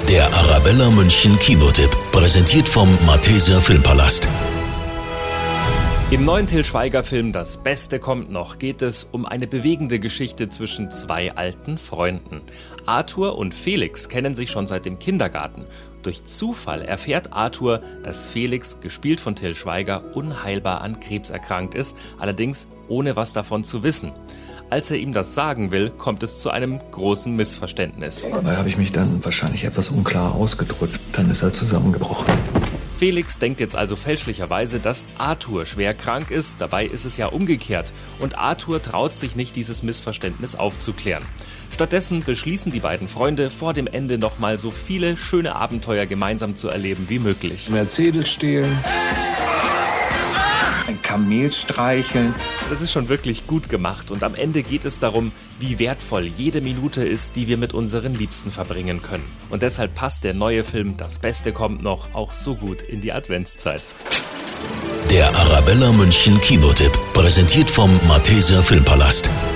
Der Arabella München Kinotipp, präsentiert vom Malteser Filmpalast. Im neuen Til Schweiger-Film Das Beste kommt noch geht es um eine bewegende Geschichte zwischen zwei alten Freunden. Arthur und Felix kennen sich schon seit dem Kindergarten. Durch Zufall erfährt Arthur, dass Felix, gespielt von Til Schweiger, unheilbar an Krebs erkrankt ist, allerdings ohne was davon zu wissen. Als er ihm das sagen will, kommt es zu einem großen Missverständnis. Dabei habe ich mich dann wahrscheinlich etwas unklar ausgedrückt. Dann ist er zusammengebrochen. Felix denkt jetzt also fälschlicherweise, dass Arthur schwer krank ist. Dabei ist es ja umgekehrt. Und Arthur traut sich nicht, dieses Missverständnis aufzuklären. Stattdessen beschließen die beiden Freunde, vor dem Ende nochmal so viele schöne Abenteuer gemeinsam zu erleben wie möglich. Mercedes stehlen. Ein Kamel streicheln. Das ist schon wirklich gut gemacht und am Ende geht es darum, wie wertvoll jede Minute ist, die wir mit unseren Liebsten verbringen können. Und deshalb passt der neue Film Das Beste kommt noch auch so gut in die Adventszeit. Der Arabella München Kinotipp, präsentiert vom Malteser Filmpalast.